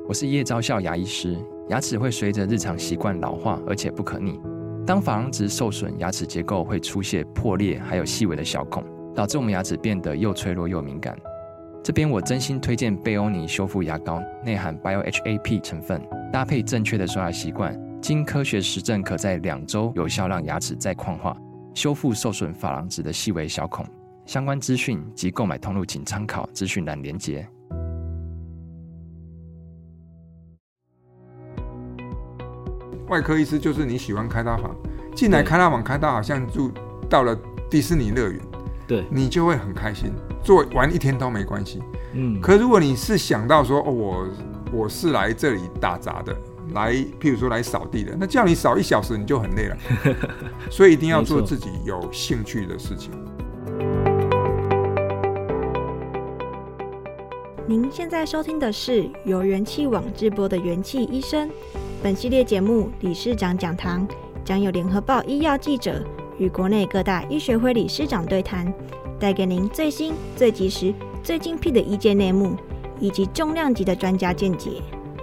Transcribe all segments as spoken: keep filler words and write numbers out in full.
我是叶昭孝牙医师。牙齿会随着日常习惯老化，而且不可逆。当珐琅质受损，牙齿结构会出现破裂，还有细微的小孔，导致我们牙齿变得又脆弱又敏感。这边我真心推荐贝欧尼修复牙膏，内含 B I O H A P 成分，搭配正确的刷牙习惯，经科学实证可在两周有效让牙齿再矿化，修复受损珐琅质的细微小孔。相关资讯及购买通路请参考资讯栏连结。 外科医师就是你喜欢开刀房，进来开刀房开刀好像就到了迪士尼乐园， 对， 你就会很开心，做完一天都没关系。嗯，可如果你是想到说，哦，我我是来这里打杂的，来譬如说来扫地的，那叫你扫一小时你就很累了，所以一定要做自己有兴趣的事情。 您现在收听的是由元气网直播的元气医生。本系列节目理事长讲堂将有联合报医药记者与国内各大医学会理事长对谈，带给您最新、最及时、最精辟的医界内幕，以及重量级的专家见解。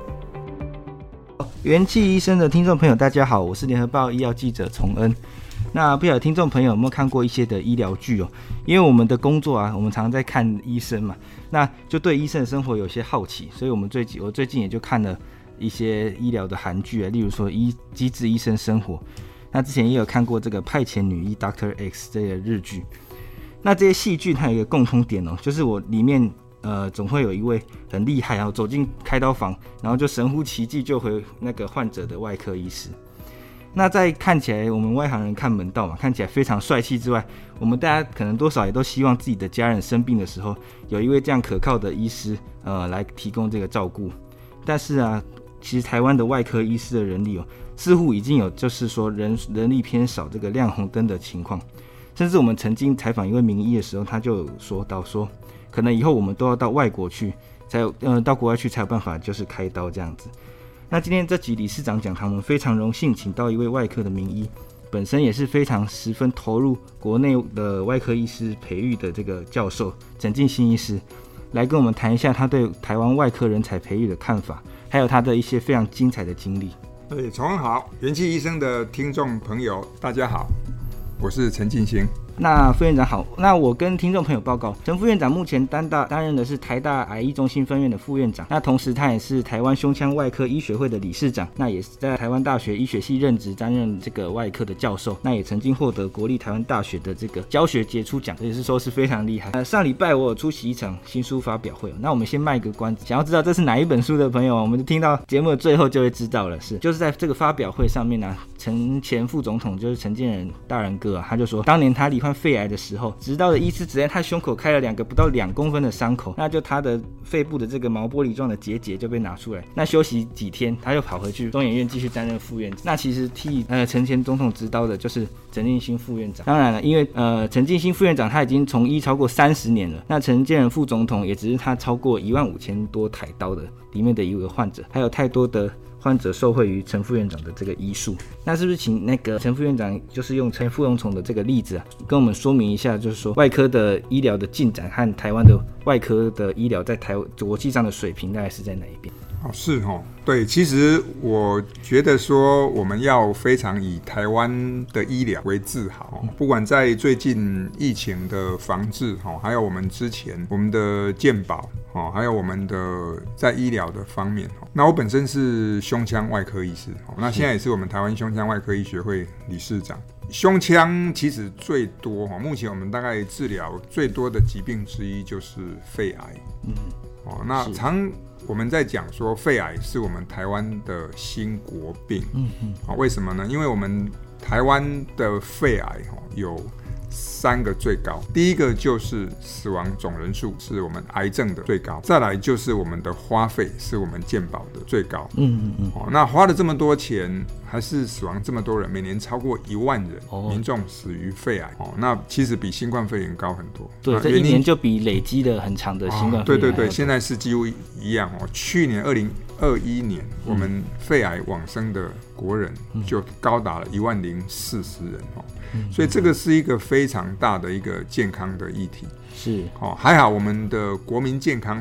元气医生的听众朋友，大家好，我是联合报医药记者崇恩。那不晓得听众朋友有没有看过一些的医疗剧哦？因为我们的工作啊，我们常常在看医生嘛，那就对医生的生活有些好奇，所以我们最近我最近也就看了一些医疗的韩剧啊，例如说医机智医生生活，那之前也有看过这个派遣女医 Doctor X 这个日剧。那这些戏剧它有一个共通点哦，就是我里面呃总会有一位很厉害，然后走进开刀房，然后就神乎其技救回那个患者的外科医师。那在看起来我们外行人看门道嘛，看起来非常帅气之外，我们大家可能多少也都希望自己的家人生病的时候，有一位这样可靠的医师呃来提供这个照顾。但是啊，其实台湾的外科医师的人力哦，似乎已经有就是说 人, 人力偏少这个亮红灯的情况。甚至我们曾经采访一位名医的时候，他就有说到说，可能以后我们都要到外国去，才有呃到国外去才有办法就是开刀这样子。那今天这集理事长讲堂，我们非常荣幸请到一位外科的名医，本身也是非常十分投入国内的外科医师培育的这个教授陈进兴医师，来跟我们谈一下他对台湾外科人才培育的看法，还有他的一些非常精彩的经历。 对，崇恩好，元气医生的听众朋友大家好，我是陈进兴。 那副院长好，那我跟听众朋友报告，陈副院长目前担大担任的是台大癌医中心分院的副院长，那同时他也是台湾胸腔外科医学会的理事长，那也是在台湾大学医学系任职，担任这个外科的教授，那也曾经获得国立台湾大学的这个教学杰出奖，也是说是非常厉害。呃，上礼拜我有出席一场新书发表会，那我们先卖个关子，想要知道这是哪一本书的朋友，我们就听到节目的最后就会知道了，是就是在这个发表会上面呢、啊，陈前副总统就是陈建仁大仁哥啊，他就说当年他罹患肺癌的时候，执刀的医师只在他胸口开了两个不到两公分的伤口，那就他的肺部的这个毛玻璃状的结节就被拿出来，那休息几天他又跑回去中研院继续担任副院长。那其实替呃陈前总统执刀的就是陈进兴副院长。当然了，因为呃陈进兴副院长他已经从医超过三十年了，那陈建仁副总统也只是他超过一万五千多台刀的里面的一个患者，还有太多的患者受惠于陈副院长的这个医术。那是不是请那个陈副院长就是用陈副荣从的这个例子啊，跟我们说明一下，就是说外科的医疗的进展和台湾的外科的医疗在台国际上的水平大概是在哪一边？ 哦，是哦，对，其实我觉得说我们要非常以台湾的医疗为自豪，不管在最近疫情的防治，还有我们之前我们的健保，还有我们的在医疗的方面。那我本身是胸腔外科医师，那现在也是我们台湾胸腔外科医学会理事长。胸腔其实最多，目前我们大概治疗最多的疾病之一就是肺癌。嗯，那常我们在讲说肺癌是我们台湾的新国病。嗯嗯，为什么呢？因为我们台湾的肺癌有三个最高，第一个就是死亡总人数是我们癌症的最高，再来就是我们的花费是我们健保的最高。嗯嗯嗯、哦，那花了这么多钱，还是死亡这么多人，每年超过一万人、哦、民众死于肺癌。哦，那其实比新冠肺炎高很多。 对，这一年就比累积的很长的新冠肺炎、哦。 对对对，现在是几乎一样哦。去年二零二一年，我们肺癌往生的国人就高达了一万零四十人哦。所以这个是一个非常大的一个健康的议题， 是、 哦、还好我们的国民健康署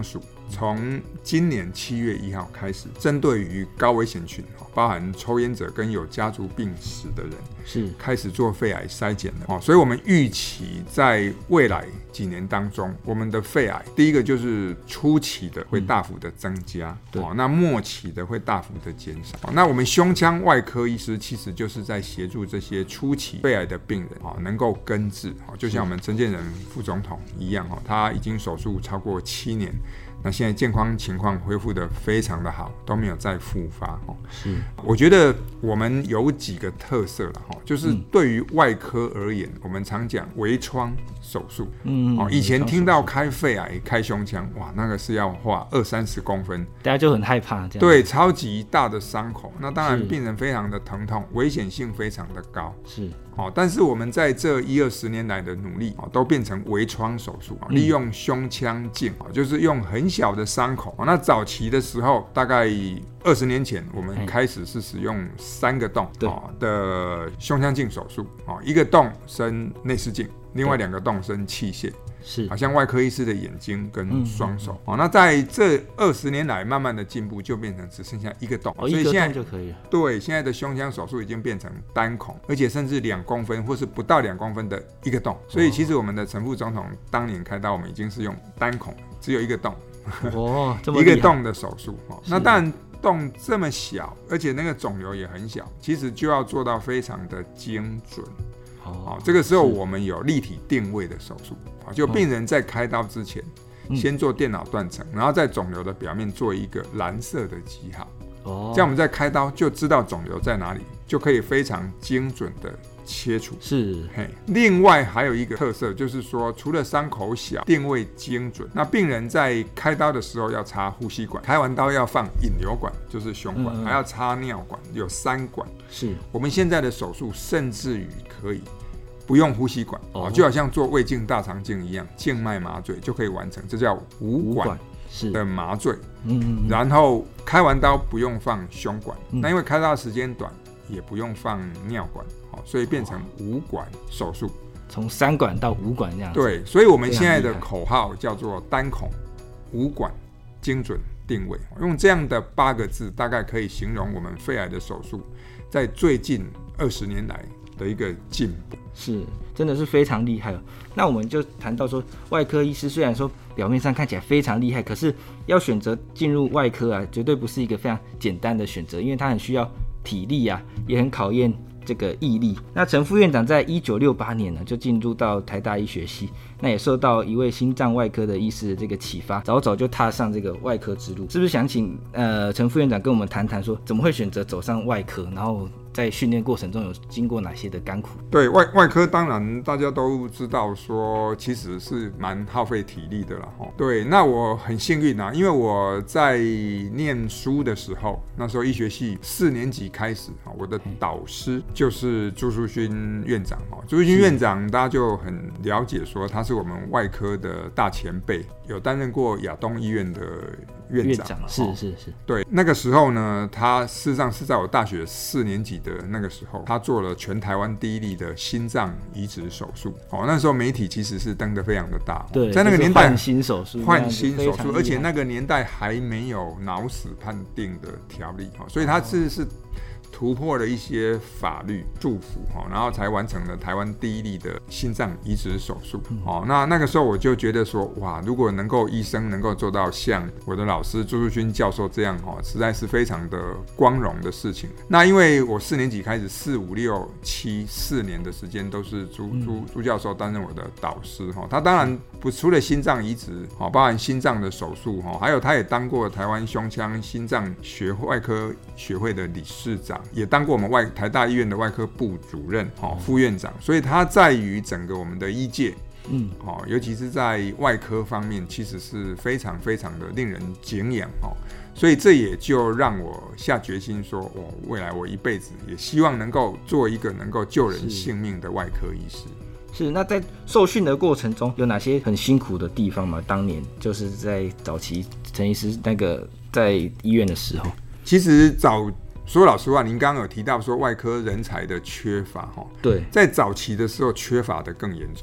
从今年七月一号开始，针对于高危险群，包含抽烟者跟有家族病史的人，是开始做肺癌筛检了。所以我们预期在未来几年当中，我们的肺癌第一个就是初期的会大幅的增加，嗯、那末期的会大幅的减少。那我们胸腔外科医师其实就是在协助这些初期肺癌的病人能够根治，就像我们陈建仁副总统一样，他已经手术超过七年。那现在健康情况恢复得非常的好，都没有再复发。是，我觉得我们有几个特色啦，就是对于外科而言，我们常讲微创手术。嗯，以前听到开肺癌、开胸腔，哇，那个是要画二三十公分， 大家就很害怕这样。 对，超级大的伤口，那当然病人非常的疼痛，危险性非常的高。是。哦，但是我们在这一二十年来的努力，哦，都变成微创手术，嗯、利用胸腔镜，就是用很小的伤口。那早期的时候，大概二十年前，我们开始是使用三个洞哦的胸腔镜手术，哦，一个洞伸内视镜，另外两个洞伸器械。是，好像外科医师的眼睛跟双手、嗯哦、那在这二十年来慢慢的进步，就变成只剩下一个洞、 哦、所以现在一个洞就可以了。 对，现在的胸腔手术已经变成单孔，而且甚至两公分或是不到两公分的一个洞。所以其实我们的陈副总统当年开刀，我们已经是用单孔，只有一个洞，哦，这么厉害一个洞的手术、哦、那当然洞这么小，而且那个肿瘤也很小，其实就要做到非常的精准。哦，这个时候我们有立体定位的手术，就病人在开刀之前，哦、先做电脑断层，然后在肿瘤的表面做一个蓝色的记号。哦，这样我们在开刀就知道肿瘤在哪里，就可以非常精准的切除。是，嘿。另外还有一个特色就是说，除了伤口小、定位精准，那病人在开刀的时候要插呼吸管，开完刀要放引流管，就是胸管，嗯、还要插尿管，有三管。是，我们现在的手术甚至于可以不用呼吸管，哦、就好像做胃镜、大肠镜一样，静脉麻醉就可以完成，这叫无管的麻醉。嗯，然后开完刀不用放胸管，嗯、那因为开刀的时间短，也不用放尿管，所以变成无管手术， 从三管到无管这样子。 对，所以我们现在的口号叫做单孔、无管、精准定位，用这样的八个字，大概可以形容我们肺癌的手术在最近二十年来的一个进步。 是，真的是非常厉害哦。那我们就谈到说，外科医师虽然说表面上看起来非常厉害，可是要选择进入外科啊，绝对不是一个非常简单的选择，因为它很需要体力啊，也很考验这个毅力。那陈副院长在一九六八年呢，就进入到台大医学系，那也受到一位心脏外科的医师的这个启发，早早就踏上这个外科之路。是不是想请呃陈副院长跟我们谈谈说，怎么会选择走上外科，然后在训练过程中有经过哪些的甘苦？ 对，外外科当然大家都知道说，其实是蛮耗费体力的啦。对，那我很幸运啊，因为我在念书的时候，那时候医学系四年级开始，我的导师就是朱淑勋院长。朱淑勋院长大家就很了解说，他是我们外科的大前辈，有担任过亚东医院的院长。院长是是是。 对，那个时候呢，他事实上是在我大学四年级的那个时候，他做了全台湾第一例的心脏移植手术。哦，那时候媒体其实是登得非常的大。 对， 在那个年代换心手术， 换心手术，而且那个年代还没有脑死判定的条例，所以他是是突破了一些法律束缚，然后才完成了台湾第一例的心脏移植手术。嗯、那那个时候我就觉得说，哇，如果能够医生能够做到像我的老师朱淑勋教授这样，实在是非常的光荣的事情。那因为我四年级开始，四五六七四年的时间都是朱朱朱教授担任我的导师，他当然不除了心脏移植，包含心脏的手术，还有他也当过台湾胸腔心脏学外科学会的理事长。也当过我们外台大医院的外科部主任、哦、副院长，所以他在于整个我们的医界，嗯，哦，尤其是在外科方面，其实是非常非常的令人敬仰，哦，所以这也就让我下决心说，哦，未来我一辈子也希望能够做一个能够救人性命的外科医师。 是，那在受训的过程中有哪些很辛苦的地方吗？当年就是在早期陈医师那个在医院的时候， 其实早。说老实话，您刚刚有提到说外科人才的缺乏，对，在早期的时候缺乏的更严重，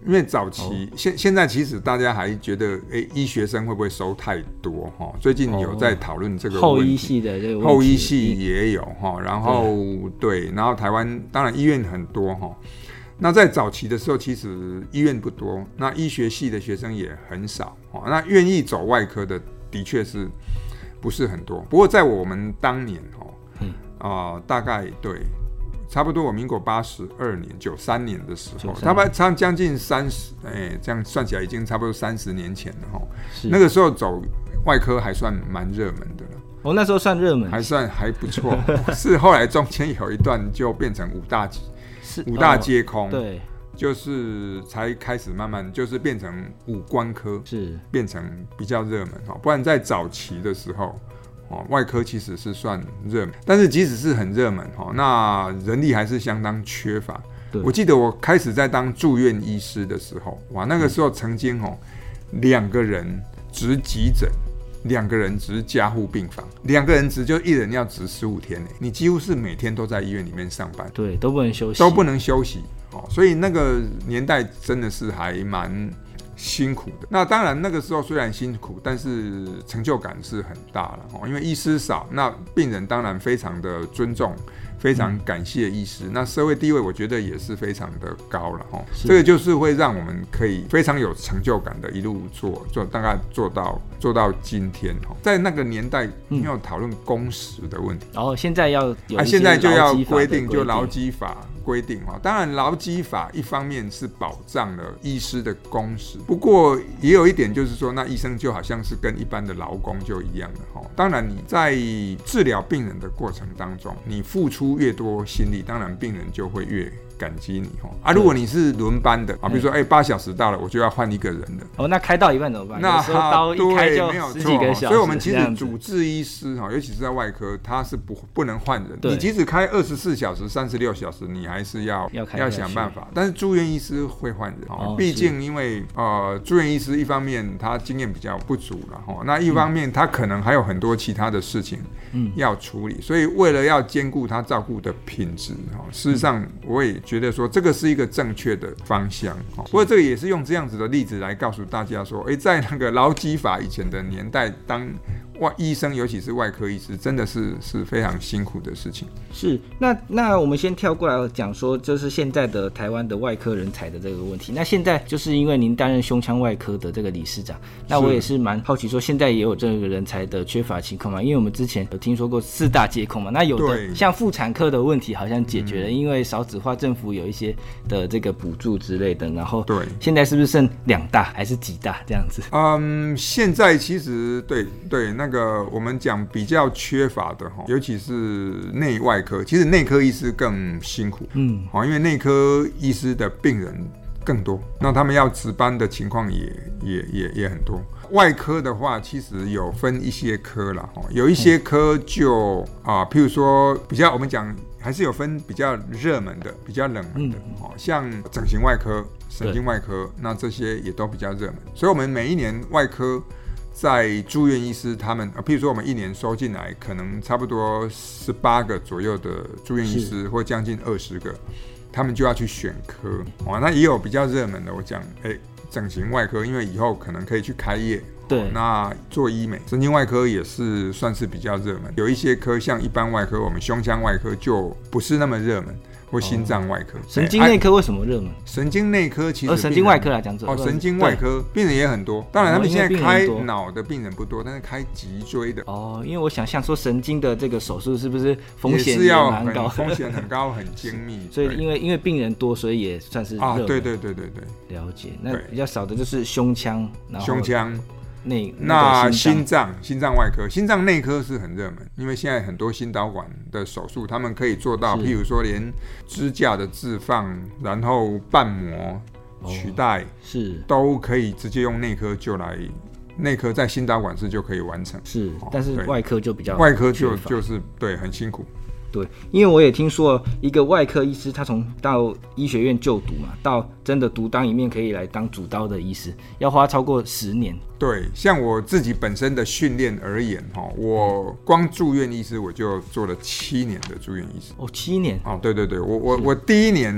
因为早期、哦、现现在其实大家还觉得，哎、欸，医学生会不会收太多哈？最近有在讨论这个问题、 哦、后医系的这个问题， 后医系也有哈，然后 对, 对，然后台湾当然医院很多哈。那在早期的时候，其实医院不多，那医学系的学生也很少，那愿意走外科的的确是不是很多。不过在我们当年哈，嗯啊、呃，大概对。差不多我民国八十二年、九三年的时候，差不多将近三十，哎，这样算起来已经差不多三十年前了哈。那个时候走外科还算蛮热门的了。 哦，那时候算热门， 还算还不错。是后来中间有一段就变成五大五大皆空，哦、 对， 就是才开始慢慢就是变成五官科， 是变成比较热门哈。不然在早期的时候。哦、外科其实是算热门，但是即使是很热门、哦、那人力还是相当缺乏。我记得我开始在当住院医师的时候，哇，那个时候曾经哦，两个人值急诊，两个人值加护病房，两个人值就一人要值十五天呢，你几乎是每天都在医院里面上班， 对，都不能休息， 都不能休息、哦、所以那个年代真的是还蛮辛苦的。那当然那个时候虽然辛苦，但是成就感是很大了，因为医师少，那病人当然非常的尊重，非常感谢医师、嗯、那社会地位我觉得也是非常的高了，这个就是会让我们可以非常有成就感的一路做做大概做到做到今天。在那个年代没有讨论工时的问题， 然后、嗯哦、现在要有、啊、 现在就要规定，就劳基法规定。当然劳基法一方面是保障了医师的工时，不过也有一点就是说，那医生就好像是跟一般的劳工就一样的。当然你在治疗病人的过程当中，你付出越多心力，当然病人就会越感激你啊。如果你是轮班的啊，比如说哎八小时到了，我就要换一个人了。 哦，那开到一半怎么办？ 那刀一开就十几个小时， 所以我们其实主治医师哈，尤其是在外科，他是不不能换人。你即使开二十四小时、三十六小时，你还是要要, 要想办法。但是住院医师会换人，哦、毕竟因为呃住院医师一方面他经验比较不足了哈，那一方面他可能还有很多其他的事情要处理，嗯、所以为了要兼顾他照顾的品质哈，事实上我也觉得说这个是一个正确的方向。不过这个也是用这样子的例子来告诉大家说，哎，在那个劳基法以前的年代，当外医生尤其是外科医师真的是是非常辛苦的事情。 是，那那我们先跳过来讲说，就是现在的台湾的外科人才的这个问题。那现在就是因为您担任胸腔外科的这个理事长，那我也是蛮好奇说，现在也有这个人才的缺乏情况嘛？因为我们之前有听说过四大皆空嘛，那有的像妇产科的问题好像解决了，嗯、因为少子化，政府有一些的这个补助之类的，然后对，现在是不是剩两大还是几大这样子？ 嗯，现在其实对对那个我们讲比较缺乏的哈，尤其是内外科，其实内科医师更辛苦，嗯，因为内科医师的病人更多，那他们要值班的情况也也也也很多。外科的话，其实有分一些科啦，有一些科就啊，譬如说比较我们讲还是有分比较热门的、比较冷门的，嗯、像整形外科、神经外科，那这些也都比较热门。所以我们每一年外科在住院医师他们，譬如说我们一年收进来可能差不多十八个左右的住院医师，或将近二十个，他们就要去选科。哦，那也有比较热门的，我讲，哎，整形外科，因为以后可能可以去开业。对，哦，那做医美，神经外科也是算是比较热门。有一些科像一般外科，我们胸腔外科就不是那么热门。或心脏外科、哦， 神经内科为什么热门？ 神经内科其实、 哦、神经外科来讲， 哦，神经外科病人也很多。当然，他们现在开脑的病人不多，但是开脊椎的哦，因为我想象说神经的这个手术是不是风险也要蛮高， 风险很高，很精密。 所以因为因为病人多，所以也算是热门啊，对对对对对， 了解。那比较少的就是胸腔，然后胸腔。 那, 那心脏心脏外科、心脏内科是很热门，因为现在很多心导管的手术，他们可以做到，譬如说连支架的置放，然后瓣膜取代，哦、是都可以直接用内科就来，内科在心导管室就可以完成。 是，但是外科就比较外科就就是对很辛苦。 对，因为我也听说一个外科医师，他从到医学院就读嘛，到真的独当一面可以来当主刀的医师，要花超过十年。 对，像我自己本身的训练而言，我光住院医师我就做了七年的住院医师。 哦，七年？ 哦，对对对，我我我第一年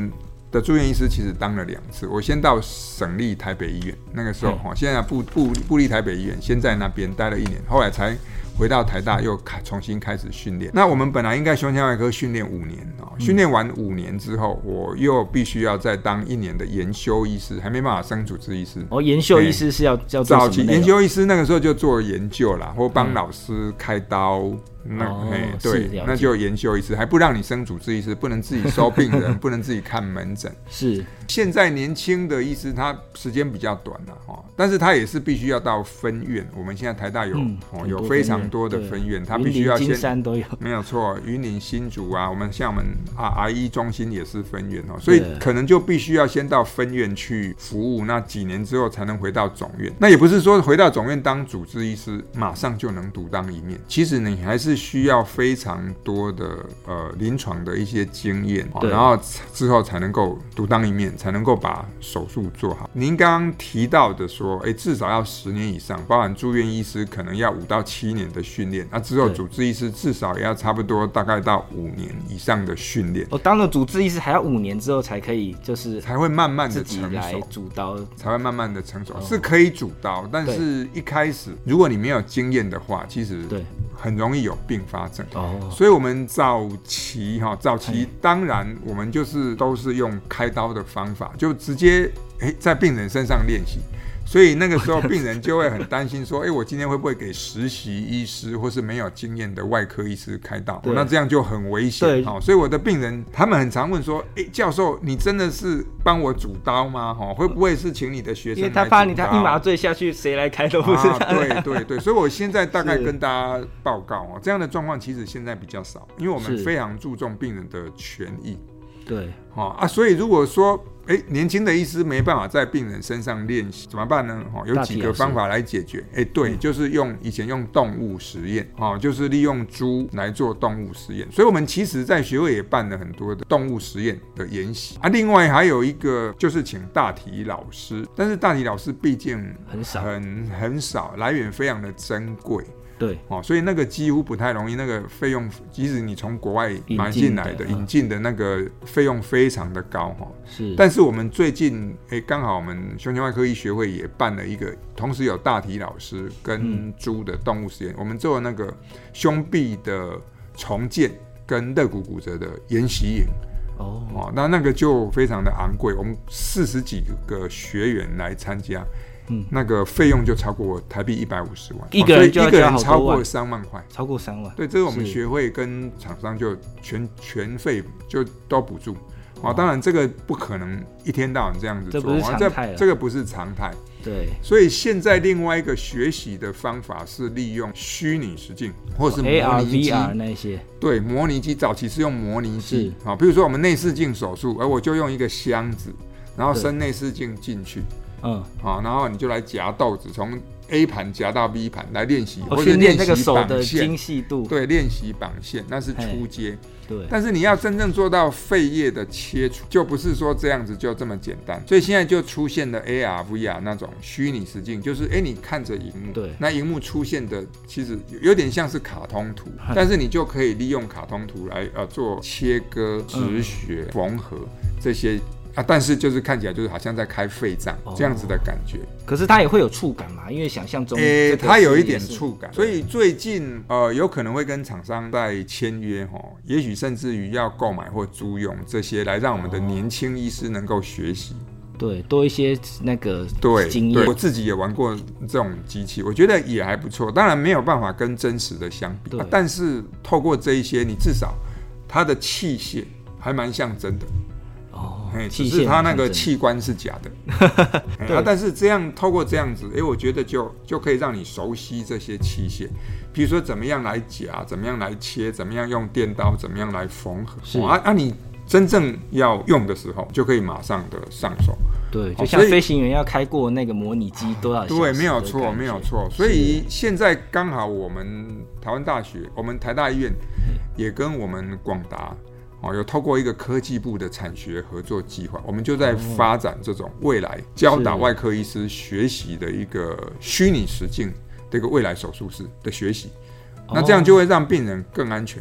的住院医师其实当了两次，我先到省立台北医院，那个时候、嗯、现在部部部立台北医院，先在那边待了一年，后来才回到台大又重新开始训练。那我们本来应该胸腔外科训练五年，训练完五年之后，我又必须要再当一年的研修医师，还没办法升主治医师。 哦，研修医师是要要做什么内容？ 研修医师那个时候就做研究啦，或帮老师开刀。嗯那、哦、对，那就研修医师，还不让你升主治医师，不能自己收病人，不能自己看门诊。 是， 现在年轻的医师他时间比较短了、哦、但是他也是必须要到分院。我们现在台大有、嗯哦、有非常多的分院，他必须要先， 云林金山都有， 没有错，云林新竹啊，我们像我们啊 R 一中心也是分院哦，所以可能就必须要先到分院去服务，那几年之后才能回到总院。那也不是说回到总院当主治医师马上就能独当一面，其实你还是需要非常多的呃临床的一些经验，然后之后才能够独当一面，才能够把手术做好。您刚刚提到的说，哎，至少要十年以上，包含住院医师可能要五到七年的训练，那之后主治医师至少也要差不多大概到五年以上的训练。 我、哦、当了主治医师还要五年之后才可以，就是才会慢慢的成熟， 来主刀， 才会慢慢的成熟、哦，是可以主刀，但是一开始如果你没有经验的话，其实对很容易有并发症。哦，所以我们早期哈，早期当然我们就是都是用开刀的方法，就直接哎在病人身上练习。所以那个时候病人就会很担心说，哎，我今天会不会给实习医师或是没有经验的外科医师开刀？那这样就很危险。所以我的病人他们很常问说，哎，教授，你真的是帮我主刀吗？会不会是请你的学生来主刀？ 因为他怕你他一麻醉下去，谁来开都不知道、啊。 对对对，所以我现在大概跟大家报告哦，这样的状况其实现在比较少，因为我们非常注重病人的权益。 对， 哦啊，所以如果说哎，年轻的医师没办法在病人身上练习，怎么办呢？哦，有几个方法来解决。哎，对、嗯，就是用以前用动物实验，哦，就是利用猪来做动物实验。所以我们其实在学会也办了很多的动物实验的研习啊。另外还有一个就是请大体老师，但是大体老师毕竟很少， 很很少，来源非常的珍贵。 对、 哦，所以那个几乎不太容易，那个费用，即使你从国外买进来的、引进的那个费用非常的高哈。 是， 但是我们最近，哎，刚好我们胸腔外科医学会也办了一个，同时有大体老师跟猪的动物实验、嗯，我们做那个胸壁的重建跟肋骨骨折的研习营。哦，哦，那那个就非常的昂贵，我们四十几个学员来参加。嗯，那个费用就超过台币一百五十万， 一个人就要一个人超过三万块， 超过三万。 对，这个我们学会跟厂商就全全费就都补助。哦，当然这个不可能一天到晚这样子做， 这不是常态了， 这个不是常态。 对， 所以现在另外一个学习的方法是利用虚拟实境或是模拟机 A R V R 那些。 对，模拟机早期是用模拟机，好，比如说我们内视镜手术，而我就用一个箱子，然后伸内视镜进去。嗯，好，然后你就来夹豆子，从 A 盘夹到 B 盘来练习，或者练习手的精细度。 对，练习绑线那是初阶。 对， 但是你要真正做到肺叶的切除，就不是说这样子就这么简单。所以现在就出现了 A R V R 那种虚拟实境，就是哎，你看着荧幕， 对， 那荧幕出现的其实有点像是卡通图，但是你就可以利用卡通图来呃做切割、止血、嗯、缝合这些。啊，但是就是看起来就是好像在开肺脏、哦、这样子的感觉。 可是它也会有触感嘛？因为想象中， 诶、欸，它有一点触感，所以最近呃有可能会跟厂商在签约哈，也许甚至于要购买或租用这些来让我们的年轻医师能够学习。 对，多一些那个经验。 对，我自己也玩过这种机器，我觉得也还不错。当然没有办法跟真实的相比，啊、但是透过这一些，你至少它的器械还蛮像真的。哦，只是他那个器官是假的，啊，但是这样透过这样子，哎，我觉得就就可以让你熟悉这些器械，比如说怎么样来夹，怎么样来切，怎么样用电刀，怎么样来缝合，哦、啊啊，你真正要用的时候，就可以马上的上手。 对，就像飞行员要开过那个模拟机多少小时？ 对，没有错，没有错。所以现在刚好我们台湾大学，我们台大医院也跟我们广达。哦，有透过一个科技部的产学合作计划，我们就在发展这种未来教导外科医师学习的一个虚拟实境的一个未来手术室的学习，那这样就会让病人更安全。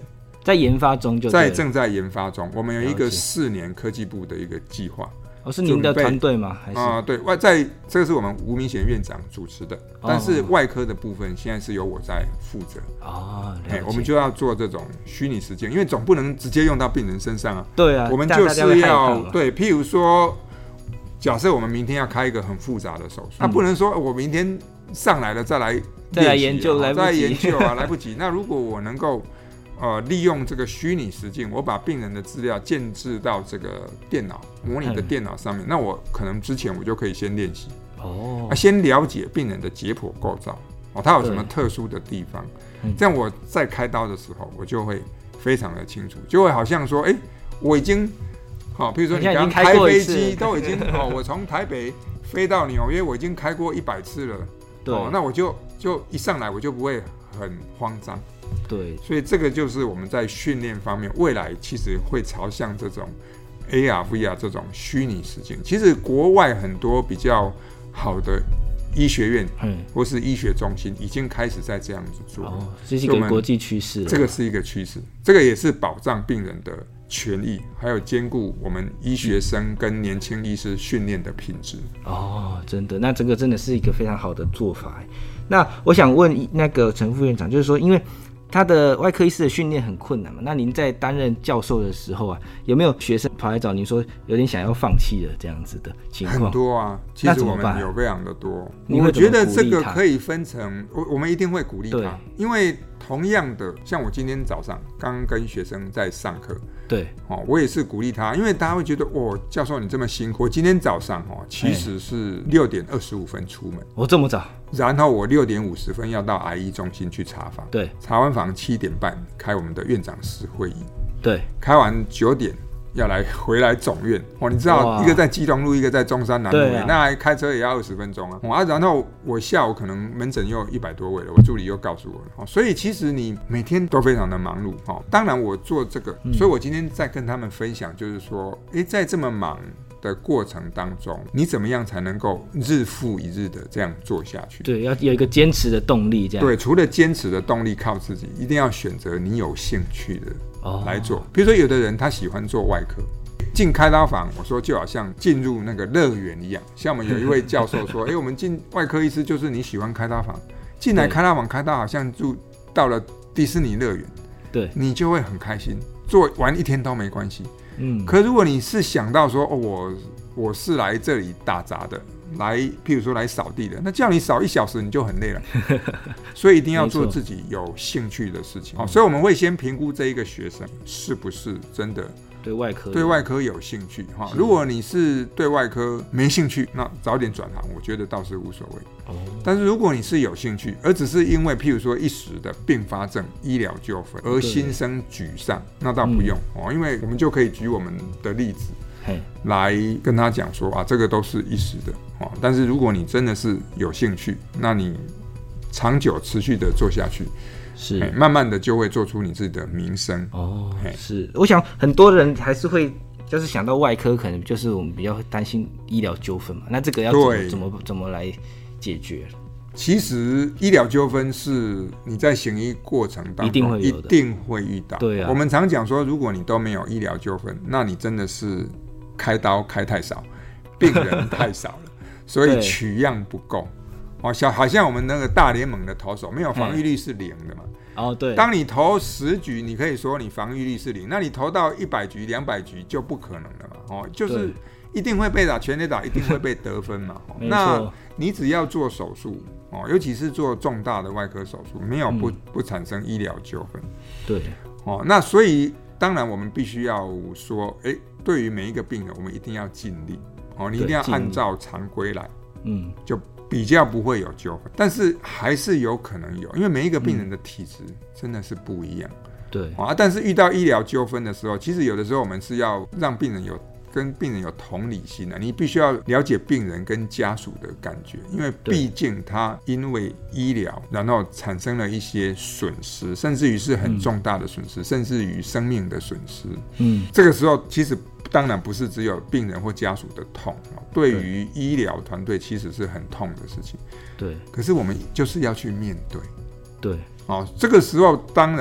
在研发中就在正在研发中。我们有一个四年科技部的一个计划。 哦，是您的团队吗？还是啊、呃，对外在这个是我们吴明贤院长主持的，哦、但是外科的部分现在是由我在负责。 哦， 哎，我们就要做这种虚拟实境，因为总不能直接用到病人身上啊。 对啊， 我们就是要对，譬如说，假设我们明天要开一个很复杂的手术，他、嗯、不能说我明天上来了再来、啊、 再来研究，来不及， 再来研究啊，来不及。那如果我能够呃，利用这个虚拟实境，我把病人的资料建置到这个电脑模拟的电脑上面，嗯、那我可能之前我就可以先练习哦、啊，先了解病人的解剖构造哦，他有什么特殊的地方，这样我在开刀的时候，我就会非常的清楚，就会好像说，哎、欸，我已经好，比如说你刚开飞机都已经哦，我从台北飞到纽约，我已经开过一百次了，对、哦，那我就就一上来我就不会很慌张。 对， 所以这个就是我们在训练方面，未来其实会朝向这种 A R、V R 这种虚拟实境。其实国外很多比较好的医学院或是医学中心已经开始在这样子做， 哦，这是一个国际趋势。 这个是一个趋势，这个也是保障病人的权益，还有兼顾我们医学生跟年轻医师训练的品质。 哦，真的，那这个真的是一个非常好的做法。那我想问那个陈副院长，就是说，因为他的外科医师的训练很困难嘛，那您在担任教授的时候啊，有没有学生跑来找您说有点想要放弃了这样子的情况？ 很多啊，其实我们有非常的多。我觉得这个可以分成，我我们一定会鼓励他，因为同样的，像我今天早上刚跟学生在上课， 对， 哦，我也是鼓励他，因为大家会觉得，哦，教授你这么辛苦，我今天早上哦，其实是六点二十五分出门， 我、哦、这么早。 然后我六点五十分要到癌医中心去查房， 对， 查完房七点半开我们的院长室会议， 对， 开完九点要来回来总院哦，你知道一个在基隆路，一个在中山南路，啊、那开车也要二十分钟啊，哦、啊，然后我下午可能门诊又一百多位了，我助理又告诉我了，哦，所以其实你每天都非常的忙碌，哦，当然我做这个，嗯、所以我今天在跟他们分享，就是说，哎，在这么忙的过程当中，你怎么样才能够日复一日的这样做下去？ 对，要有一个坚持的动力，这样。 对，除了坚持的动力靠自己，一定要选择你有兴趣的来做。比如说，有的人他喜欢做外科，进开刀房，我说就好像进入那个乐园一样。像我们有一位教授说，哎、欸，我们进外科医师就是你喜欢开刀房，进来开刀房开刀，好像就到了迪士尼乐园， 对， 你就会很开心，做完一天都没关系。嗯，可如果你是想到说，哦，我我是来这里打杂的，来譬如说来扫地的，那叫你扫一小时你就很累了，所以一定要做自己有兴趣的事情。哦，所以我们会先评估这一个学生是不是真的对外科对外科有兴趣哈。如果你是对外科没兴趣，那早点转行，我觉得倒是无所谓。哦，但是如果你是有兴趣，而只是因为譬如说一时的并发症、医疗纠纷而心生沮丧，那倒不用，嗯、哦，因为我们就可以举我们的例子来跟他讲说啊，这个都是一时的哦。但是如果你真的是有兴趣，那你长久持续的做下去。是，慢慢的就会做出你自己的名声哦。是，我想很多人还是会就是想到外科，可能就是我们比较担心医疗纠纷嘛。那这个要怎么怎么怎么来解决？ 其实医疗纠纷是你在行医过程当中一定会有的，一定会遇到。对啊，我们常讲说，如果你都没有医疗纠纷，那你真的是开刀开太少，病人太少了，所以取样不够。哦，小好像我们那个大联盟的投手没有防御率是零的嘛。 哦，对。 当你投十局，你可以说你防御率是零，那你投到一百局、两百局就不可能了嘛。哦，就是一定会被打，全垒打一定会被得分嘛。哦、那你只要做手术哦，尤其是做重大的外科手术，没有不、嗯、不产生医疗纠纷。 对。 哦，那所以当然我们必须要说，哎，对于每一个病人，我们一定要尽力。哦，你一定要按照常规来。嗯。就。比较不会有纠纷，但是还是有可能有，因为每一个病人的体质真的是不一样。嗯、 对啊，但是遇到医疗纠纷的时候，其实有的时候我们是要让病人有跟病人有同理心的，你必须要了解病人跟家属的感觉，因为毕竟他因为医疗然后产生了一些损失，甚至于是很重大的损失，嗯、甚至于生命的损失。嗯，这个时候其实。当然不是只有病人或家属的痛，对于医疗团队其实是很痛的事情。 对， 可是我们就是要去面对。 对， 哦，这个时候当然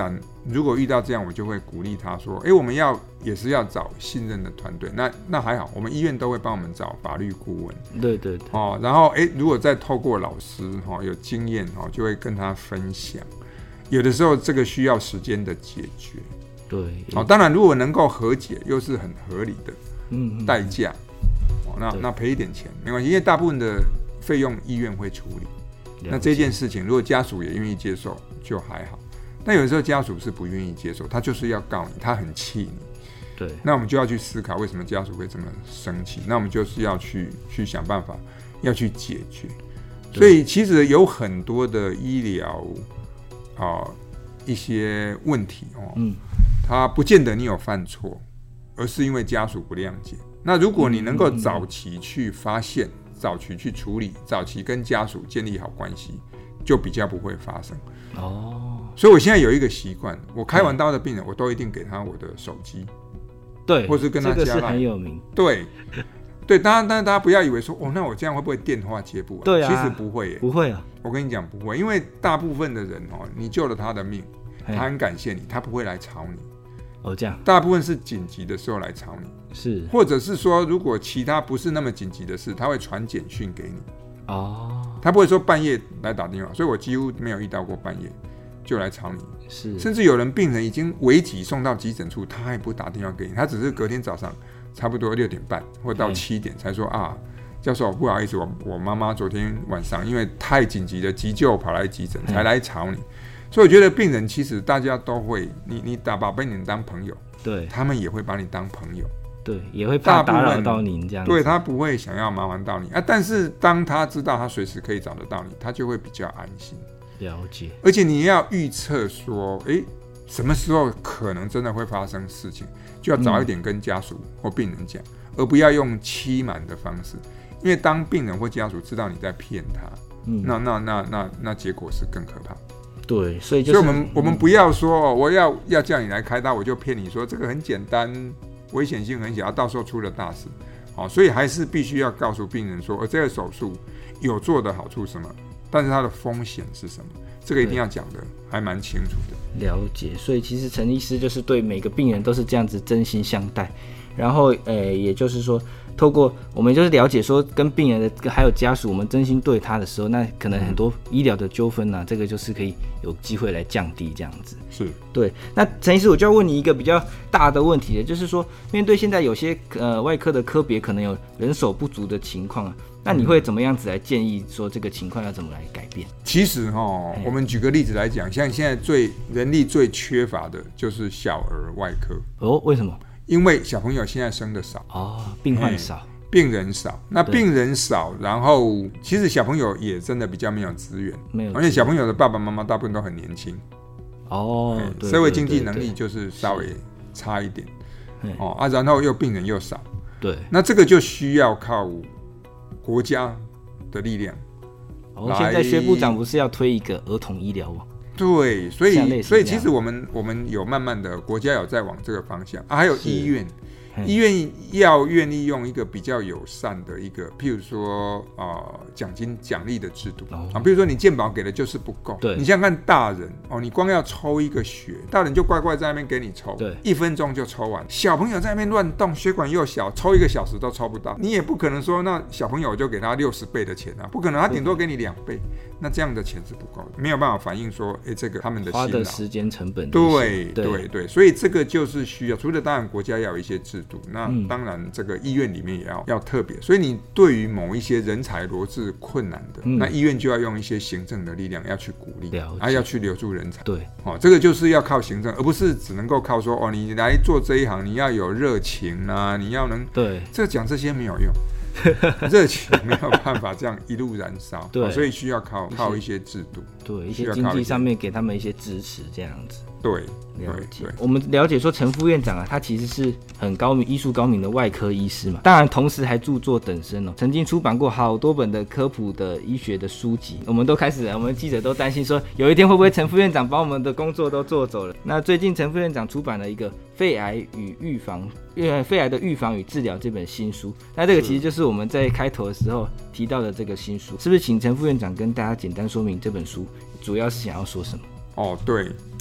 如果遇到这样，我就会鼓励他说：“哎，我们要也是要找信任的团队。那那还好，我们医院都会帮我们找法律顾问。 对对对。 哦，然后哎，如果再透过老师哈、哦、有经验哈、哦，就会跟他分享。有的时候这个需要时间的解决。 对。 哦，当然如果能够和解，又是很合理的代价。嗯、哦，那那赔一点钱没关系，因为大部分的费用医院会处理。那这件事情，如果家属也愿意接受，就还好。但有的时候家属是不愿意接受，他就是要告你，他很气你。 对， 那我们就要去思考为什么家属会这么生气，那我们就是要去去想办法，要去解决。所以其实有很多的医疗啊、呃、一些问题哦，嗯，它不见得你有犯错，而是因为家属不谅解。那如果你能够早期去发现，早期去处理，早期跟家属建立好关系，就比较不会发生。哦。所以我现在有一个习惯，我开完刀的病人，我都一定给他我的手机， 对， 或是跟他加 line， 这个是很有名， 对，对，当然，当然大家不要以为说，哦，那我这样会不会电话接不完？ 对啊， 其实不会耶， 不会啊， 我跟你讲不会，因为大部分的人哦，你救了他的命，他很感谢你，他不会来吵你。 哦，这样， 大部分是紧急的时候来吵你， 是， 或者是说，如果其他不是那么紧急的事，他会传简讯给你，哦，他不会说半夜来打电话，所以我几乎没有遇到过半夜就来吵你， 是， 甚至有人病人已经危急送到急诊处，他还不打电话给你，他只是隔天早上差不多六点半或到七点才说啊，教授不好意思，我我妈妈昨天晚上因为太紧急的急救跑来急诊才来吵你。所以我觉得病人其实大家都会，你你打把病人当朋友， 对， 他们也会把你当朋友， 对，也会怕打扰到您这样子， 对，他不会想要麻烦到你啊。但是当他知道他随时可以找得到你，他就会比较安心。 了解。而且你要预测说，哎，什么时候可能真的会发生事情，就要早一点跟家属或病人讲，嗯、而不要用欺瞒的方式，因为当病人或家属知道你在骗他，嗯、那那那那那结果是更可怕。 对，所以就是， 所以我们我们不要说，我要要叫你来开刀，我就骗你说这个很简单，危险性很小，到时候出了大事，好，所以还是必须要告诉病人说，呃，这个手术有做的好处是什么，但是它的风险是什么，这个一定要讲的还蛮清楚的。 了解，所以其实陈医师就是对每个病人都是这样子真心相待，然后呃，也就是说，透过我们就是了解说跟病人的还有家属，我们真心对他的时候，那可能很多医疗的纠纷啊，这个就是可以有机会来降低这样子。 是， 对。那陈医师，我就要问你一个比较大的问题了，就是说，面对现在有些呃外科的科别可能有人手不足的情况啊，那你会怎么样子来建议说这个情况要怎么来改变？ 其实哈，我们举个例子来讲，像现在最人力最缺乏的就是小儿外科。 哦，为什么？ 因为小朋友现在生的少哦，病患少， 病人少。那病人少，然后其实小朋友也真的比较没有资源， 没有， 而且小朋友的爸爸妈妈大部分都很年轻。 哦，对， 社会经济能力就是稍微差一点。哦啊，然后又病人又少， 对， 那这个就需要靠国家的力量。 哦，现在薛部长不是要推一个儿童医疗吗？ 对，所以所以其实我们我们有慢慢的国家有在往这个方向啊，还有医院，医院要愿意用一个比较友善的一个，譬如说呃奖金奖励的制度、哦、啊，比如说你健保给的就是不够， 对， 你想想看大人哦，你光要抽一个血，大人就乖乖在那边给你抽， 对， 一分钟就抽完，小朋友在那边乱动，血管又小，抽一个小时都抽不到，你也不可能说那小朋友就给他六十倍的钱啊，不可能，他顶多给你两倍。那这样的钱是不够的，没有办法反映说，哎、欸，这个他们的辛劳花的时间成本， 对对对，所以这个就是需要，除了当然国家要有一些制度，那当然这个医院里面也要要特别，所以你对于某一些人才罗致困难的，嗯、那医院就要用一些行政的力量要去鼓励，啊，要去留住人才， 对， 哦，这个就是要靠行政，而不是只能够靠说，哦，你来做这一行，你要有热情啊，你要能， 对， 这讲这些没有用。热情没有办法这样一路燃烧，对、哦，所以需要靠靠一些制度， 对，一些经济上面给他们一些支持，这样子。 对， 了解。我们了解说陈副院长啊，他其实是很高明、医术高明的外科医师嘛，当然同时还著作等身哦，曾经出版过好多本的科普的医学的书籍。我们都开始，我们记者都担心说，有一天会不会陈副院长把我们的工作都做走了？那最近陈副院长出版了一个《肺癌与预防》呃，肺癌的预防与治疗这本新书，那这个其实就是我们在开头的时候提到的这个新书，是不是请陈副院长跟大家简单说明这本书主要是想要说什么？ 哦，对，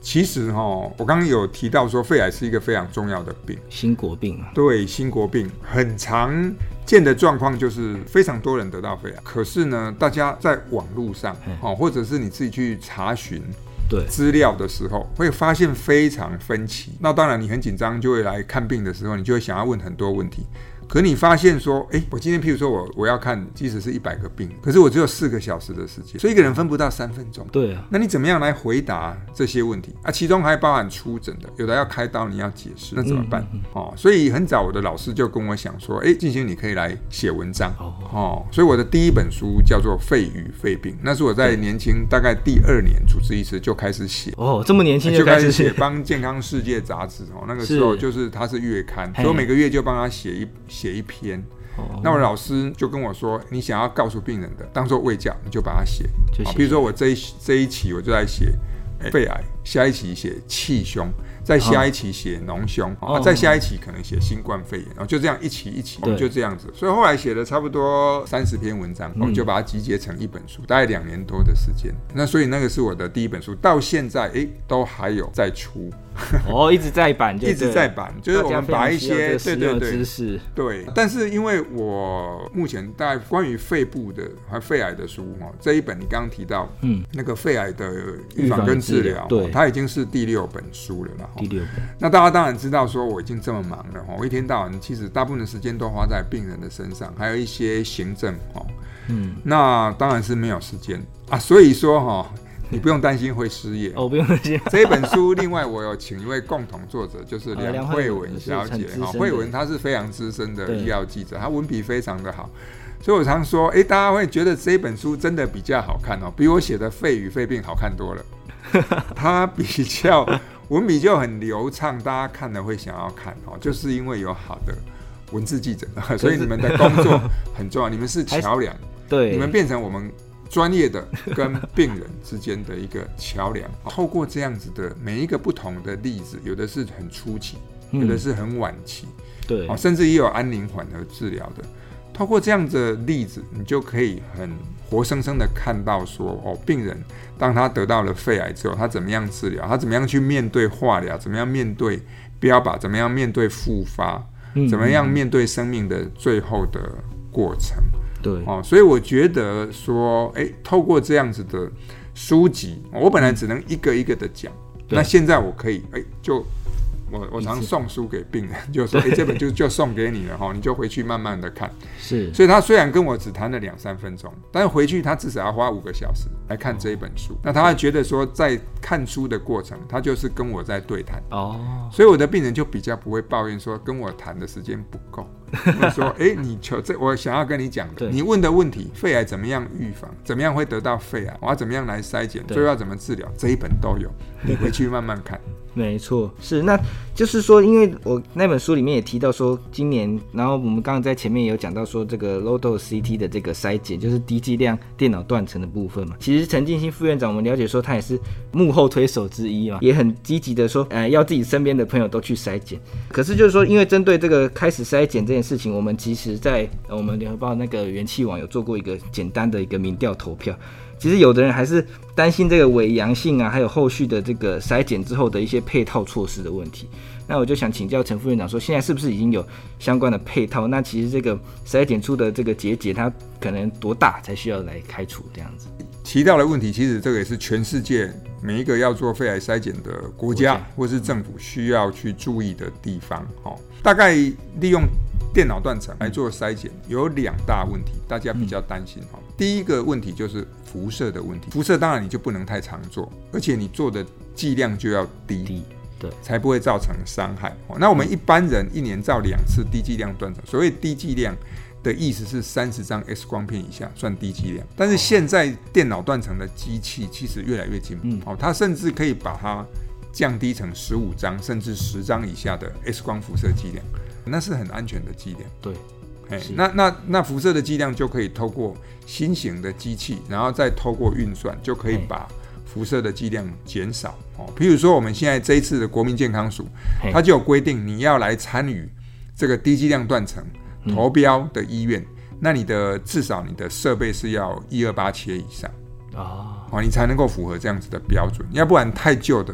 其实哈，我刚刚有提到说，肺癌是一个非常重要的病， 新国病嘛。 对，新国病很常见的状况就是非常多人得到肺癌，可是呢，大家在网络上哦，或者是你自己去查询资料的时候，会发现非常分歧。那当然，你很紧张，就会来看病的时候，你就会想要问很多问题。可你发现说，哎，我今天譬如说我我要看，即使是一百个病，可是我只有四个小时的时间，所以一个人分不到三分钟。 对啊， 那你怎么样来回答这些问题啊？其中还包含出诊的，有的要开刀，你要解释，那怎么办？嗯嗯嗯哦，所以很早我的老师就跟我讲说，哎，进行你可以来写文章哦, 哦。所以我的第一本书叫做《肺与肺病》，那是我在年轻大概第二年主治医师就开始写。 哦，这么年轻就开始写，帮《健康世界》杂志哦。那个时候就是它是月刊，所以我每个月就帮他写一写一篇。那我老师就跟我说，你想要告诉病人的当做卫教，你就把它写。比如说我这一这一期我就在写肺癌，下一期写气胸，再下一期写脓胸、哦啊，再下一期可能写新冠肺炎，然后就这样一期一期，就这样子。所以后来写了差不多三十篇文章，我、嗯、就把它集结成一本书，大概两年多的时间。那所以那个是我的第一本书，到现在哎都还有在出。 哦，一直在版， 一直在版，就是我们把一些对对对知识对，但是因为我目前大概关于肺部的和肺癌的书哈，这一本你刚刚提到，嗯，那个肺癌的预防跟治疗，对，它已经是第六本书了啦。 第六本， 那大家当然知道说我已经这么忙了哈，我一天到晚其实大部分的时间都花在病人的身上，还有一些行政哈，嗯，那当然是没有时间啊，所以说哈。你不用担心会失业哦，不用担心。 这一本书，另外我有请一位共同作者，就是梁慧文小姐。啊，慧文她是非常资深的医药记者，她文笔非常的好，所以我常说，哎，大家会觉得这本书真的比较好看哦，比我写的《肺与肺病》好看多了。它比较文笔就很流畅，大家看了会想要看哦，就是因为有好的文字记者，所以你们的工作很重要，你们是桥梁，对，你们变成我们专业的跟病人之间的一个桥梁，透过这样子的每一个不同的例子，有的是很初期，有的是很晚期，嗯、对，甚至也有安宁缓和治疗的。透过这样的例子，你就可以很活生生的看到说，哦，病人当他得到了肺癌之后，他怎么样治疗，他怎么样去面对化疗，怎么样面对标靶，怎么样面对复发，嗯、怎么样面对生命的最后的过程。对、哦，所以我觉得说，哎，透过这样子的书籍，我本来只能一个一个的讲，那现在我可以，哎，就我我常送书给病人，就说，哎，这本就就送给你了哈，你就回去慢慢的看。是，所以他虽然跟我只谈了两三分钟，但是回去他至少要花五个小时来看这一本书。那他会觉得说，在看书的过程，他就是跟我在对谈。哦，所以我的病人就比较不会抱怨说跟我谈的时间不够。我说，哎、欸，你求这，我想要跟你讲的，你问的问题，肺癌怎么样预防，怎么样会得到肺癌，我要怎么样来筛检，最后要怎么治疗，这一本都有，你回去慢慢看。 没错，是，那就是说，因为我那本书里面也提到说，今年，然后我们刚刚在前面也有讲到说，这个 low dose C T 的这个筛检，就是低剂量电脑断层的部分嘛。其实陈进兴副院长，我们了解说他也是幕后推手之一嘛，也很积极的说，呃，要自己身边的朋友都去筛检。可是就是说，因为针对这个开始筛检这件事情，我们其实在呃我们联合报那个元气网有做过一个简单的一个民调投票。其实有的人还是担心这个伪阳性啊，还有后续的这个筛检之后的一些配套措施的问题。那我就想请教陈副院长说，现在是不是已经有相关的配套？那其实这个筛检出的这个结节，它可能多大才需要来开除这样子？ 提到的问题，其实这个也是全世界每一个要做肺癌筛检的国家或是政府需要去注意的地方。哦，大概利用电脑断层来做筛检，有两大问题，大家比较担心。嗯、第一个问题就是辐射的问题，辐射当然你就不能太常做，而且你做的剂量就要低，低对，才不会造成伤害。那我们一般人一年照两次低剂量断层，所谓低剂量的意思是三十张 X 光片以下算低剂量，但是现在电脑断层的机器其实越来越进步，嗯、它甚至可以把它降低成十五张甚至十张以下的 X 光辐射剂量，那是很安全的剂量。对。那那那辐射的剂量就可以透过新型的机器，然后再透过运算，就可以把辐射的剂量减少。哦，比如说我们现在这一次的国民健康署，它就有规定，你要来参与这个低剂量断层投标的医院，嗯、那你的至少你的设备是要一二八切以上哦，你才能够符合这样子的标准，要不然太旧的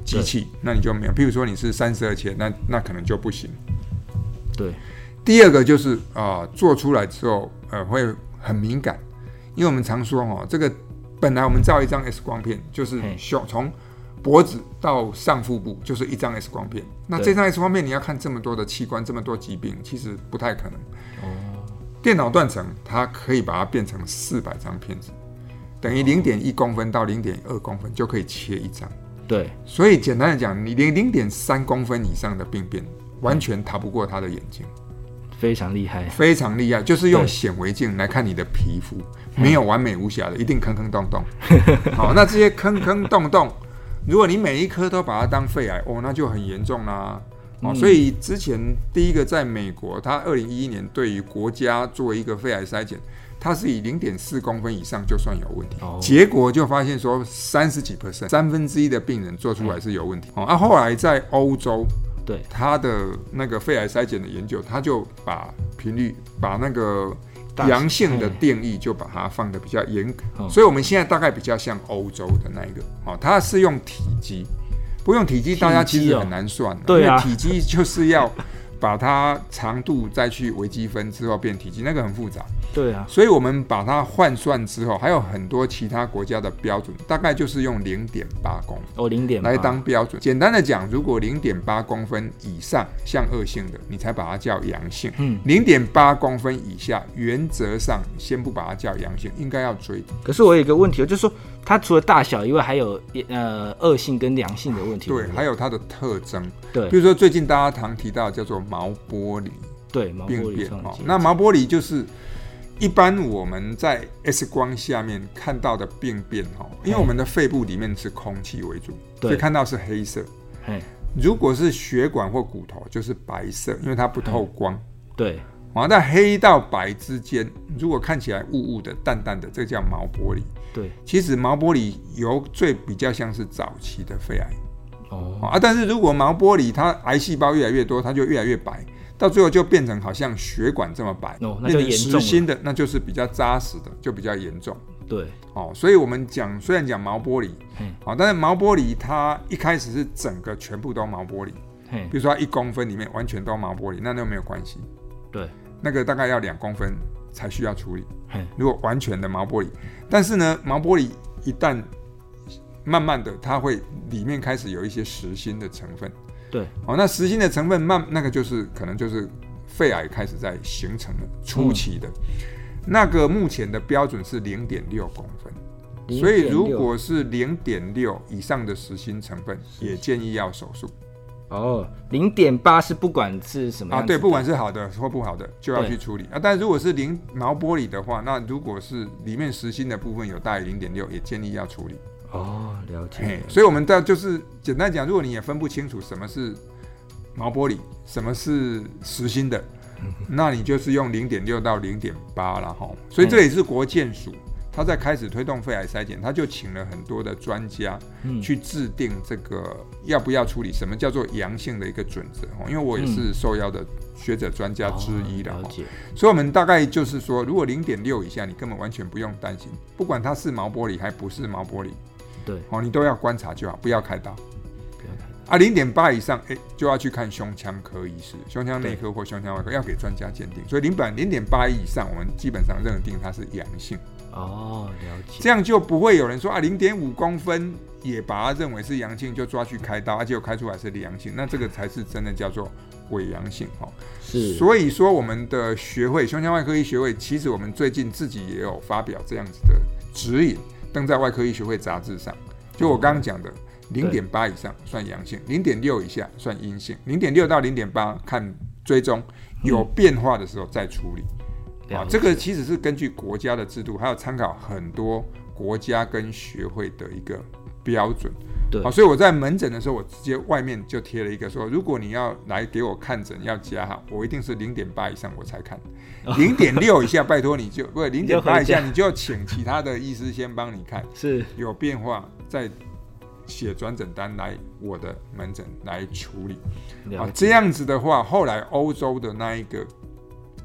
机器，那你就没有。譬如说你是三十二千，那那可能就不行。 对。 第二个就是啊、呃，做出来之后呃会很敏感，因为我们常说哦，这个本来我们照一张 X 光片，就是胸从脖子到上腹部就是一张 X 光片。那这张 X 光片你要看这么多的器官，这么多疾病，其实不太可能。哦。电脑断层它可以把它变成四百张片子，等于零点一公分到零点二公分就可以切一张。 对。所以简单的讲，你连零点三公分以上的病变，完全逃不过他的眼睛。 非常厉害， 非常厉害，就是用显微镜来看你的皮肤，没有完美无瑕的，一定坑坑洞洞。好，那这些坑坑洞洞，如果你每一颗都把它当肺癌，哦，那就很严重啦。哦，所以之前第一个在美国，他二零一一年对于国家做一个肺癌筛检，它是以零点四公分以上就算有问题，哦、结果就发现说三十几 percent， 三分之一的病人做出来是有问题。哦，啊，后来在欧洲， 对他的那个肺癌筛检的研究，他就把频率，把那个阳性的定义就把它放得比较严格，哦、所以我们现在大概比较像欧洲的那一个，哦，它是用体积。不用体积，大家其实很难算， 对啊， 因为体积就是要把它长度再去微积分之后变体积，那个很复杂。 对啊， 所以我们把它换算之后，还有很多其他国家的标准，大概就是用零点八公分哦，零点八来当标准。简单的讲，如果零点八公分以上像恶性的，你才把它叫阳性。嗯，零点八公分以下，原则上先不把它叫阳性，应该要追。 可是我有一个问题，就是说它除了大小以外，还有呃恶性跟良性的问题。 对，还有它的特征。 对， 比如说最近大家常提到叫做毛玻璃。 对，毛玻璃哦，那毛玻璃就是一般我们在 X 光下面看到的病变哦，因为我们的肺部里面是空气为主，所以看到是黑色。如果是血管或骨头，就是白色，因为它不透光。 对， 啊，在黑到白之间，如果看起来雾雾的、淡淡的，这个叫毛玻璃。 对， 其实毛玻璃有最比较像是早期的肺癌。哦，啊，但是如果毛玻璃它癌细胞越来越多，它就越来越白。到最后就变成好像血管这么白， 哦、那就变成实心的，那就是比较扎实的，就比较严重。 对， 哦，所以我们讲，虽然讲毛玻璃，哦，但是毛玻璃它一开始是整个全部都毛玻璃，比如说它一公分里面完全都毛玻璃，那都没有关系。 对， 那个大概要两公分才需要处理。如果完全的毛玻璃，但是呢，毛玻璃一旦慢慢的，它会里面开始有一些实心的成分。 对， 哦，那实心的成分慢，那个就是可能就是肺癌开始在形成了初期的，嗯、那个目前的标准是零点六公分，所以如果是零点六以上的实心成分，也建议要手术。 哦，零点八是不管是什么样子的啊，对，不管是好的或不好的，就要去处理啊。但如果是零毛玻璃的话，那如果是里面实心的部分有大于零点六，也建议要处理。 哦，了解。 所以我们到就是简单讲，如果你也分不清楚什么是毛玻璃，什么是实心的，那你就是用零点六到零点八了哈。所以这也是国健署他在开始推动肺癌筛检，他就请了很多的专家去制定这个要不要处理，什么叫做阳性的一个准则。因为我也是受邀的学者专家之一的、嗯哦、所以我们大概就是说，如果零点六以下，你根本完全不用担心，不管它是毛玻璃还不是毛玻璃。 对， 哦，你都要观察就好，不要开刀。不要开刀啊，零点八以上，哎，就要去看胸腔科医师、胸腔内科或胸腔外科，要给专家鉴定。所以零点零点八以上，我们基本上认定它是阳性。 哦，了解。 这样就不会有人说啊，零点五公分也把它认为是阳性，就抓去开刀，而、啊、结果开出来是阳性，那这个才是真的叫做伪阳性哦。 是。 所以说，我们的学会胸腔外科医学会，其实我们最近自己也有发表这样子的指引。登在外科医学会杂志上，就我刚刚讲的，零点八以上算阳性，零点六以下算阴性，零点六到零点八看追踪，有变化的时候再处理。嗯、啊，这个其实是根据国家的制度，还有参考很多国家跟学会的一个标准。 对， 啊，所以我在门诊的时候，我直接外面就贴了一个说，如果你要来给我看诊要加号，我一定是零点八以上我才看，零点六以下拜托你就不是零点八以下你就请其他的医师先帮你看， 是有变化再写转诊单来我的门诊来处理。啊，这样子的话，后来欧洲的那一个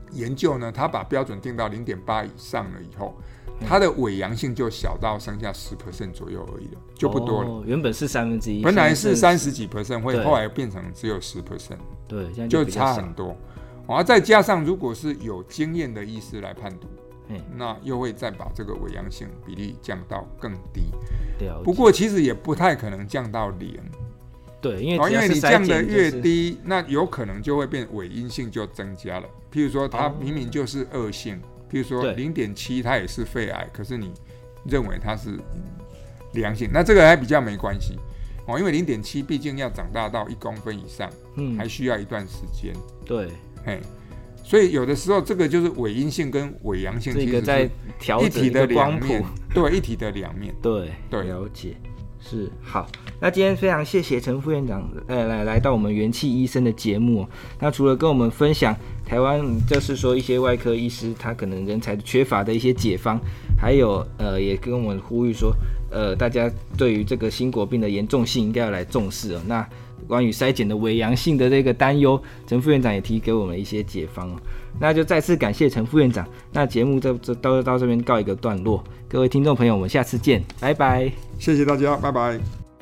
研究呢，它把标准定到 零点八 以上了以后，它的伪阳性就小到剩下 百分之十 左右而已了，就不多了。 哦、原本是三分之一， 本来是三十几 percent， 会后来变成只有 百分之十， 对，这样就就差很多。然后再加上如果是有经验的医师来判读，那又会再把这个伪阳性比例降到更低。不过其实也不太可能降到零。 对，因为、 哦、因为你降得越低，那有可能就会变伪阴性就增加了。譬如说，它明明就是恶性，哦、譬如说 零点七 它也是肺癌，可是你认为它是良性，那这个还比较没关系哦，因为 零点七 毕竟要长大到一公分以上，嗯，还需要一段时间。 对， 嘿，所以有的时候这个就是伪阴性跟伪阳性，其实是一体的两面，对，一体的两面。 对，对，了解。是好，那今天非常谢谢陈副院长，呃，来来到我们元气医生的节目、哦。那除了跟我们分享台湾就是说一些外科医师他可能人才缺乏的一些解方，还有呃也跟我们呼吁说，呃大家对于这个新国病的严重性应该要来重视哦。那关于筛检的伪阳性的这个担忧，陈副院长也提给我们一些解方哦。那就再次感谢陈副院长。那节目就到到这边告一个段落，各位听众朋友，我们下次见，拜拜。 谢谢大家，拜拜。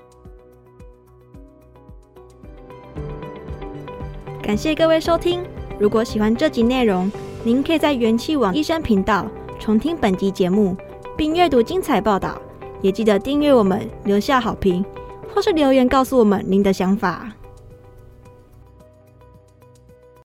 感谢各位收听。如果喜欢这集内容，您可以在元气网医生频道重听本集节目，并阅读精彩报道。也记得订阅我们，留下好评，或是留言告诉我们您的想法。